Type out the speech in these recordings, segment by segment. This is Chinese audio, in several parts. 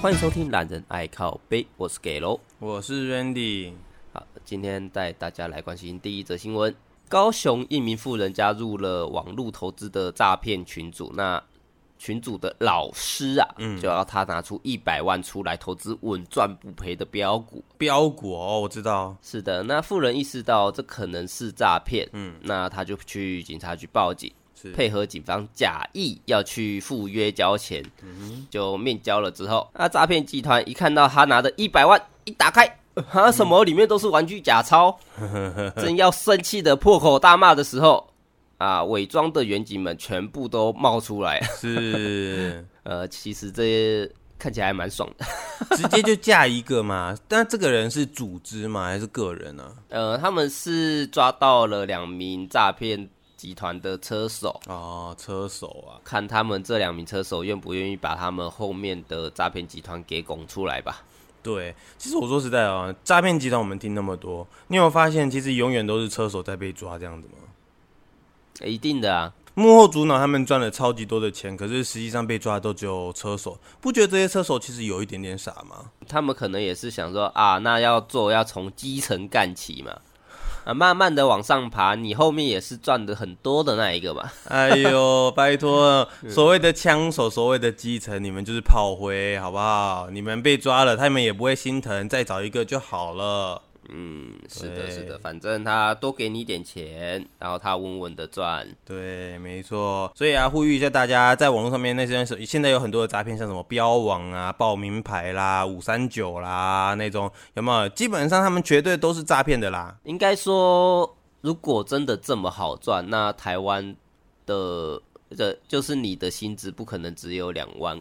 欢迎收听懒人爱靠背，我是给楼， 我是 Randy。 好，今天带大家来关心第一则新闻：高雄一名妇人加入了网络投资的诈骗群组，那群组的老师啊，就要他拿出100万出来投资稳赚不赔的标股。 标股哦，我知道。 是的，那妇人意识到这可能是诈骗，那他就去警察局报警。配合警方假意要去赴约交钱，就面交了之后，那诈骗集团一看到他拿的100万一打开，什么里面都是玩具假钞，正要生气的破口大骂的时候，伪装的员警们全部都冒出来。 是， 其实这些看起来还蛮爽的， 直接就架一个嘛。但这个人是组织吗？还是个人啊？ 他们是抓到了2名诈骗集团的车手哦，车手啊， 看他们这2名车手愿不愿意把他们后面的诈骗集团给拱出来吧。 对，其实我说实在啊，诈骗集团我们听那么多，你有没有发现其实永远都是车手在被抓这样子吗？ 一定的啊， 幕后主脑他们赚了超级多的钱，可是实际上被抓的都只有车手，不觉得这些车手其实有一点点傻吗？ 他们可能也是想说那要从基层干起嘛。慢慢的往上爬，你后面也是赚的很多的那一个嘛。 哎呦，拜托，所谓的枪手，所谓的基层，你们就是炮灰，好不好？你们被抓了，他们也不会心疼，再找一个就好了。 是的，是的，反正他多给你一点钱，然后他稳稳的赚。 对，没错。所以呼吁一下大家，在网络上面那些现在有很多的诈骗，像什么标网啊、报名牌啦、539啦那种，有没有？基本上他们绝对都是诈骗的啦。 应该说，如果真的这么好赚，那台湾的就是你的薪资不可能只有2万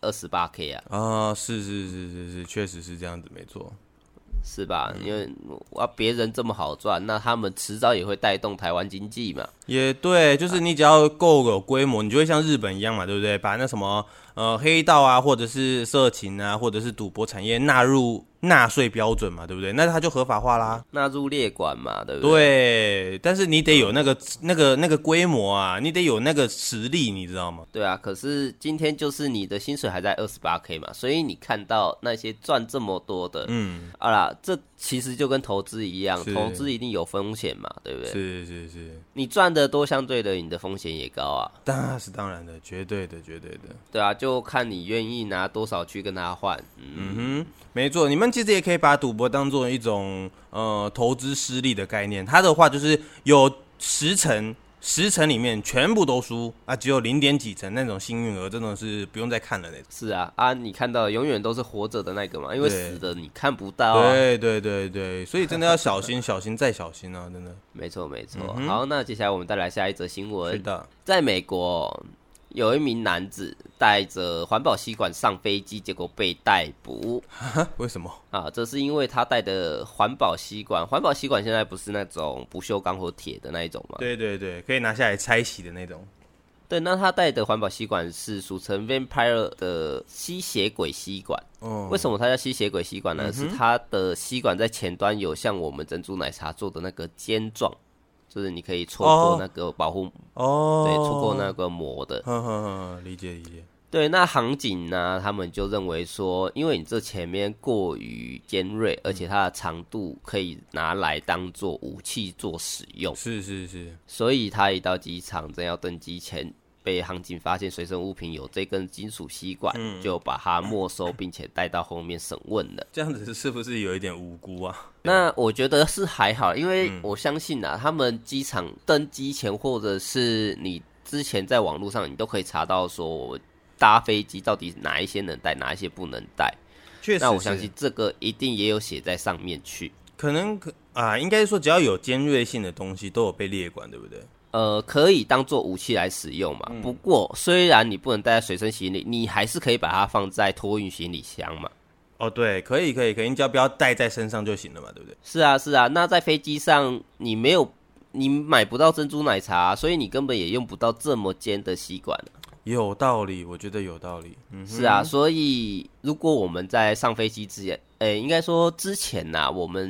28K 啊。 是，确实是这样子，没错。 是吧？因为别人这么好赚，那他们迟早也会带动台湾经济嘛。 也对，就是你只要够有规模，你就会像日本一样嘛，对不对？把那什么黑道啊，或者是色情啊，或者是赌博产业纳入纳税标准嘛，对不对？那它就合法化啦， 纳入列管嘛，对不对？ 对，但是你得有那个规模啊，你得有那个实力，你知道吗？ 对啊，可是今天就是你的薪水还在28K 嘛，所以你看到那些赚这么多的，这其实就跟投资一样，投资一定有风险嘛，对不对？ 是， 你赚的多，相对的你的风险也高啊。 当然的，绝对的。 对啊，就看你愿意拿多少去跟他换。 没错，你们其实也可以把赌博当做一种投资失利的概念。它的话就是有10成里面全部都输只有0.几成那种幸运儿，这种是不用再看了那种。 是啊，你看到的永远都是活着的那个嘛，因为死的你看不到啊。 对，所以真的要小心，小心再小心啊，真的。 没错。好，那接下来我们再来下一则新闻。 是的， 在美国有一名男子带着环保吸管上飞机，结果被逮捕。 为什么这是因为他带的环保吸管现在不是那种不锈钢或铁的那一种吗？ 对，可以拿下来拆洗的那种。 对，那他带的环保吸管是俗称 Vampire 的吸血鬼吸管。为什么它叫吸血鬼吸管呢？是它的吸管在前端有像我们珍珠奶茶做的那个尖状，就是你可以戳破那个保护对，戳破那个膜的。 理解。 对，那航警呢，他们就认为说，因为你这前面过于尖锐，而且它的长度可以拿来当做武器做使用。 是， 所以他一到机场正要登机前，被航警发现随身物品有这根金属吸管，就把它没收，并且带到后面审问了。 这样子是不是有一点无辜啊？ 那我觉得是还好，因为我相信他们机场登机前，或者是你之前在网络上，你都可以查到说我搭飞机到底哪一些能带，哪一些不能带。 确实， 那我相信这个一定也有写在上面去。 可能应该说只要有尖锐性的东西都有被列管，对不对？ 可以当做武器来使用嘛。不过虽然你不能带在随身行李，你还是可以把它放在托运行李箱嘛。 对，可以，你只要不要带在身上就行了嘛，对不对？ 是啊。那在飞机上你买不到珍珠奶茶，所以你根本也用不到这么尖的吸管。 有道理，我觉得有道理。 是啊，所以如果我们在上飞机之前，应该说之前我们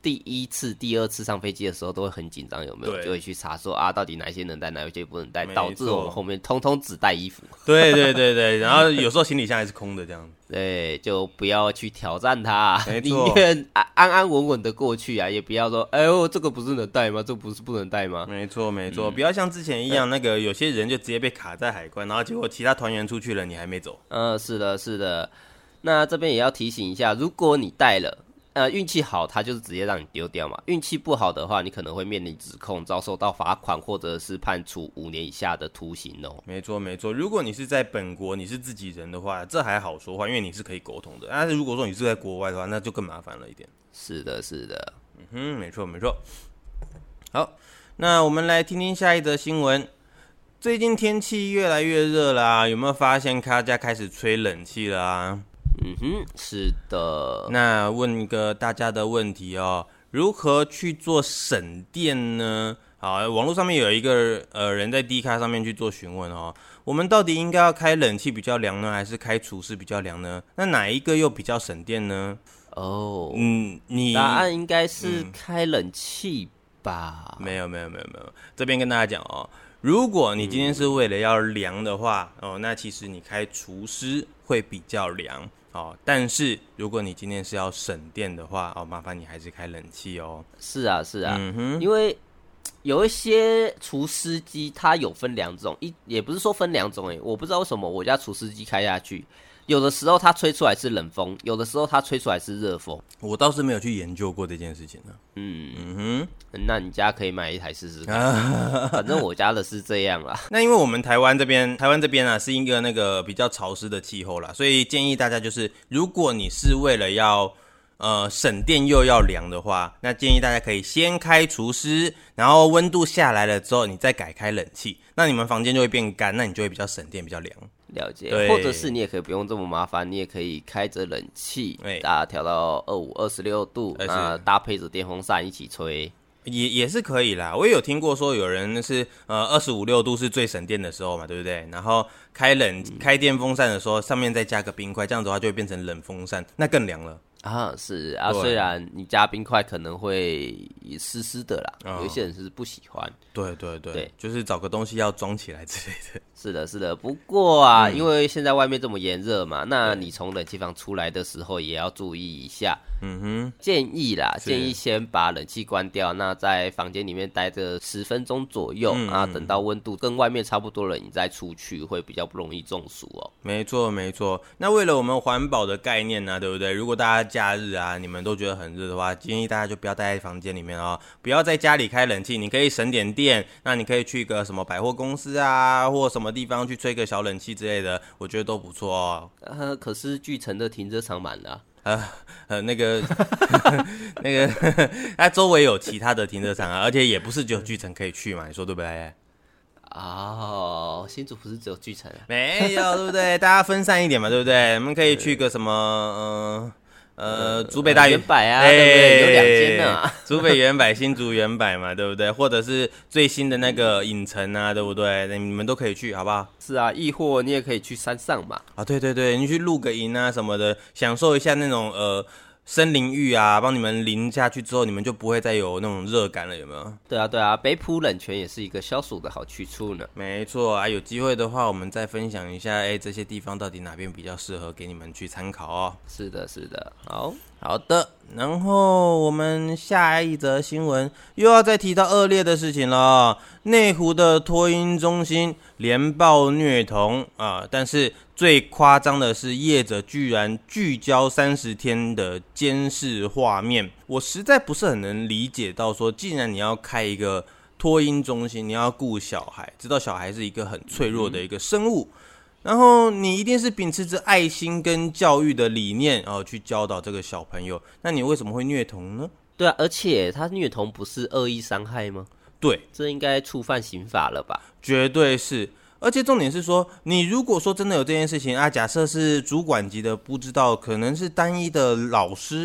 第一次、第二次上飞机的时候都会很紧张，有没有？就会去查说到底哪一些能带，哪一些不能带，导致我们后面通通只带衣服。 对对对对，然后有时候行李箱还是空的这样。 对，就不要去挑战它， 宁愿安安稳稳的过去啊，也不要说，哎呦，这个不是能带吗？这不是不能带吗？ 没错没错，不要像之前一样，那个有些人就直接被卡在海关，然后结果其他团员出去了，你还没走。 是的，是的。那这边也要提醒一下，如果你带了，运气好，他就是直接让你丢掉嘛。运气不好的话，你可能会面临指控，遭受到罚款，或者是判处5年以下的徒刑哦。 没错没错，如果你是在本国，你是自己人的话，这还好说话，因为你是可以沟通的。但是如果说你是在国外的话，那就更麻烦了一点。 是的，是的。 没错没错。好，那我们来听听下一则新闻。最近天气越来越热啦，有没有发现大家开始吹冷气了啊？ 是的。 那问一个大家的问题哦，如何去做省电呢？好，网络上面有一个人在 Dcard 上面去做询问哦，我们到底应该要开冷气比较凉呢，还是开除湿比较凉呢？那哪一个又比较省电呢？你答案应该是开冷气吧？ 没有，这边跟大家讲哦，如果你今天是为了要凉的话，那其实你开除湿会比较凉。但是如果你今天是要省电的话，麻烦你还是开冷气哦。 是啊，因为有一些除湿机它有分2种，也不是说分2种我不知道为什么我家除湿机开下去，有的时候它吹出来是冷风，有的时候它吹出来是热风。我倒是没有去研究过这件事情呢。 那你家可以买一台试试看。反正我家的是这样啦。 那因为我们台湾这边啊是一个那个比较潮湿的气候啦，所以建议大家就是，如果你是为了要省电又要凉的话，那建议大家可以先开除湿，然后温度下来了之后，你再改开冷气，那你们房间就会变干，那你就会比较省电，比较凉。 了解，或者是你也可以不用这么麻烦，你也可以开着冷气，大家调到25、26度，那搭配着电风扇一起吹， 也是可以啦。我也有听过说有人是25、6度是最省电的时候嘛，对不对？然后开电风扇的时候，上面再加个冰块，这样子的话就会变成冷风扇，那更凉了。 是啊，虽然你加冰块可能会湿湿的啦，有一些人是不喜欢。 对，就是找个东西要装起来之类的。 是的，不过因为现在外面这么炎热嘛，那你从冷气房出来的时候也要注意一下。建议先把冷气关掉，那在房间里面待着10分钟左右，等到温度跟外面差不多了，你再出去会比较不容易中暑哦。 没错。那为了我们环保的概念呢，对不对？如果大家假日你们都觉得很热的话，建议大家就不要待在房间里面哦，不要在家里开冷气，你可以省点电。那你可以去个什么百货公司或什么地方去吹个小冷气之类的，我觉得都不错哦。 可是巨城的停车场满了。 那个它周围有其他的停车场而且也不是只有巨城可以去嘛，你说对不对？ 新竹不是只有巨城没有，对不对？大家分散一点嘛，对不对？我们可以去个什么竹北大圆柏对不对？有2间呢。 竹北圆柏、新竹圆柏嘛，对不对？或者是最新的那个影城对不对？你们都可以去，好不好？ 是啊，亦或你也可以去山上嘛。 对，你去露个营什么的，享受一下那种森林浴帮你们淋下去之后，你们就不会再有那种热感了，有没有？ 对啊，北埔冷泉也是一个消暑的好去处呢。 没错有机会的话，我们再分享一下，这些地方到底哪边比较适合给你们去参考哦。 是的， 好的，然后我们下一则新闻又要再提到恶劣的事情了。内湖的托婴中心连爆虐童但是最夸张的是，业者居然聚焦30天的监视画面。我实在不是很能理解到说，既然你要开一个托婴中心，你要顾小孩，知道小孩是一个很脆弱的一个生物，然后你一定是秉持着爱心跟教育的理念去教导这个小朋友，那你为什么会虐童呢？ 对而且他虐童不是恶意伤害吗？ 对， 这应该触犯刑法了吧？ 绝对是。而且重点是说，你如果说真的有这件事情假设是主管级的不知道，可能是单一的老师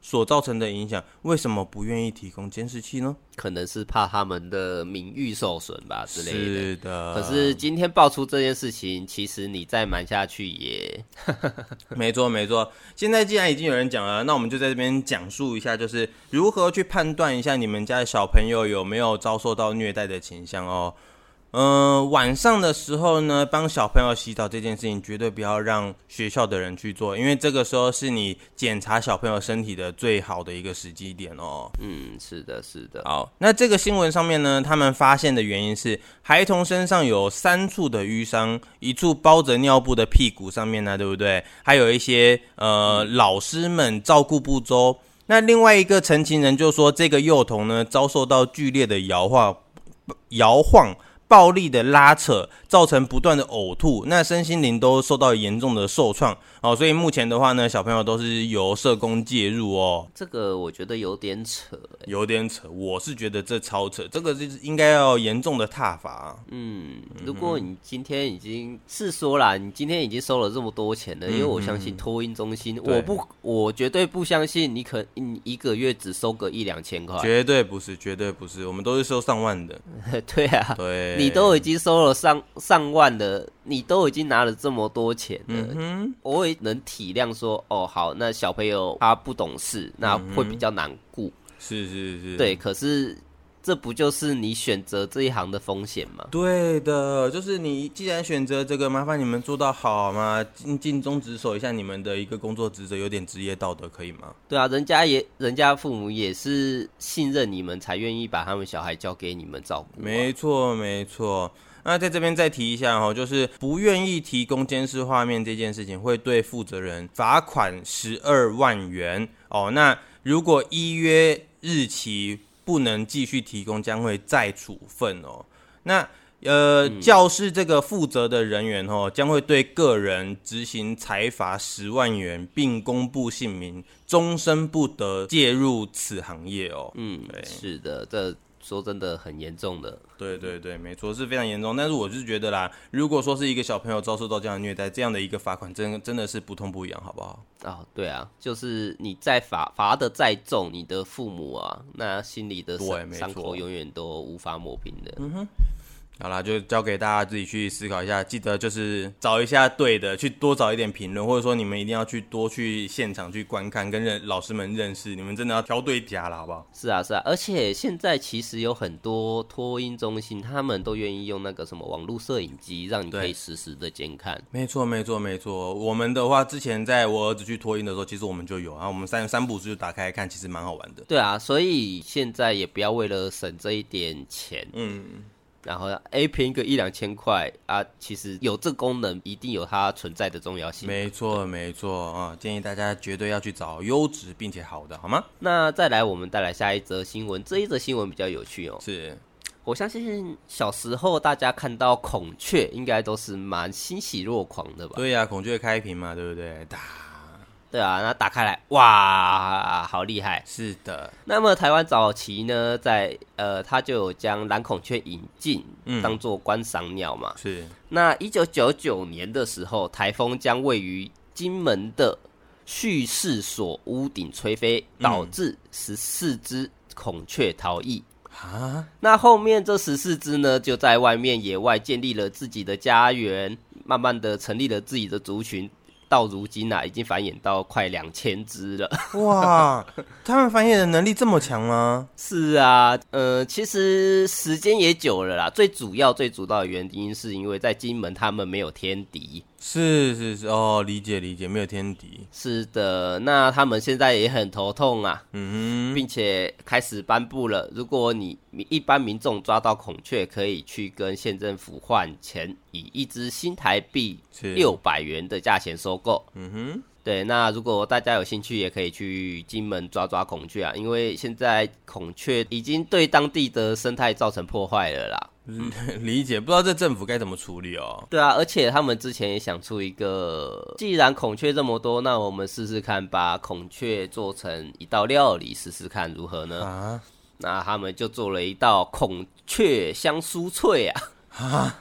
所造成的影响，为什么不愿意提供监视器呢？ 可能是怕他们的名誉受损吧之类的。 是的。 可是今天爆出这件事情，其实你再瞒下去也没错没错。现在既然已经有人讲了，那我们就在这边讲述一下，就是如何去判断一下你们家的小朋友有没有遭受到虐待的倾向哦。晚上的时候呢，帮小朋友洗澡这件事情绝对不要让学校的人去做，因为这个时候是你检查小朋友身体的最好的一个时机点哦。 是的是的。 好，那这个新闻上面呢，他们发现的原因是孩童身上有3处的淤伤，一处包着尿布的屁股上面呢，对不对？还有一些老师们照顾不周。那另外一个陈情人就说，这个幼童呢遭受到剧烈的摇晃暴力的拉扯，造成不断的呕吐，那身心灵都受到严重的受创哦。所以目前的话呢，小朋友都是由社工介入哦。 这个我觉得有点扯， 有点扯，我是觉得这超扯，这个是应该要严重的挞伐。 如果你今天已经是说啦，你今天已经收了这么多钱了，因为我相信托婴中心，我绝对不相信你一个月只收个1-2千块， 绝对不是，绝对不是，我们都是收上万的。 对啊， 对。 你都已经收了上万的，你都已经拿了这么多钱了，我也能体谅说，好，那小朋友他不懂事，那会比较难顾。 是。 对，可是这不就是你选择这一行的风险吗？对的，就是你既然选择这个，麻烦你们做到好嘛，尽忠职守一下你们的一个工作职责，有点职业道德可以吗？ 对啊，人家父母也是信任你们，才愿意把他们小孩交给你们照顾。 没错。那在这边再提一下就是不愿意提供监视画面这件事情，会对负责人罚款12万元哦。那如果依约日期不能继续提供，将会再处分哦。那教室这个负责的人员将会对个人执行裁罚10万元，并公布姓名，终身不得介入此行业哦。 对，是的，这说真的很严重的。 对，没错，是非常严重。但是我是觉得啦，如果说是一个小朋友遭受到这样的虐待，这样的一个罚款真的是不痛不痒，好不好？对啊，就是你再罚的再重，你的父母啊，那心里的伤口永远都无法抹平的。 好啦，就交给大家自己去思考一下，记得就是找一下对的，去多找一点评论，或者说你们一定要多去现场去观看，跟老师们认识，你们真的要挑对家了，好不好？ 是啊，而且现在其实有很多托婴中心，他们都愿意用那个什么网络摄影机，让你可以实时的监看。 没错。我们的话，之前在我儿子去托婴的时候，其实我们就有，然后我们三部就打开来看，其实蛮好玩的。 对啊，所以现在也不要为了省这一点钱，然后便宜个1-2千块啊，其实有这功能一定有它存在的重要性。 没错啊，建议大家绝对要去找优质并且好的，好吗？ 那再来，我们带来下一则新闻。这一则新闻比较有趣哦。 是， 我相信小时候大家看到孔雀，应该都是蛮欣喜若狂的吧？ 对呀，孔雀开屏嘛，对不对？ 对啊，那打开来，哇，好厉害！ 是的。 那么台湾早期呢，它就有将蓝孔雀引进，当作观赏鸟嘛。 是。 那1999年的时候，台风将位于金门的蓄事所屋顶吹飞，导致14只孔雀逃逸。那后面这14只呢，就在外面野外建立了自己的家园，慢慢的成立了自己的族群。到如今已经繁衍到快2000只了。 哇，他们繁衍的能力这么强吗？ 是啊，其实时间也久了啦。最主要的原因是因为在金门他们没有天敌。是哦，理解，没有天敌。 是的，那他们现在也很头痛啊，并且开始颁布了，如果你一般民众抓到孔雀，可以去跟县政府换钱，以一只新台币600元的价钱收购。对，那如果大家有兴趣，也可以去金门抓孔雀啊，因为现在孔雀已经对当地的生态造成破坏了啦。 理解，不知道这政府该怎么处理哦。 对啊，而且他们之前也想出一个，既然孔雀这么多，那我们试试看把孔雀做成一道料理，试试看如何呢？那他们就做了一道孔雀香酥脆啊。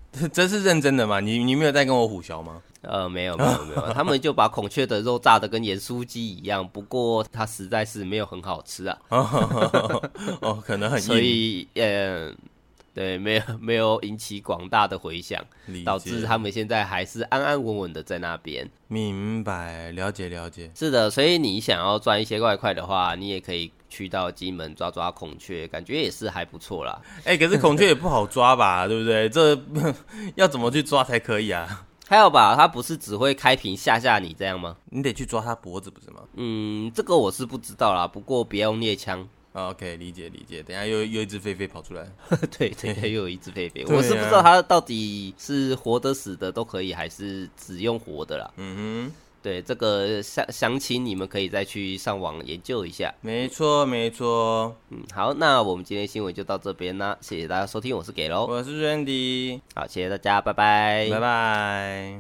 这是认真的吗？你没有在跟我唬枭吗？ 没有，他们就把孔雀的肉炸的跟盐酥鸡一样，不过它实在是没有很好吃啊。 哦，可能很硬， 所以对，没有引起广大的回响，导致他们现在还是安安稳稳的在那边。 明白，了解。 是的，所以你想要赚一些外快的话，你也可以去到金门抓孔雀，感觉也是还不错啦。 可是孔雀也不好抓吧，对不对？这要怎么去抓才可以啊？ 还有吧，它不是只会开屏吓你这样吗？ 你得去抓它脖子，不是吗？ 这个我是不知道啦，不过不要用猎枪。 OK， 理解。等一下又一只狒狒跑出来， 对，又有一只狒狒，我是不知道它到底是活的死的都可以，还是只用活的啦。对，这个详情你们可以再去上网研究一下。 没错。 好，那我们今天新闻就到这边啦，谢谢大家收听，我是给喽， 我是 Randy， 好，谢谢大家，拜拜。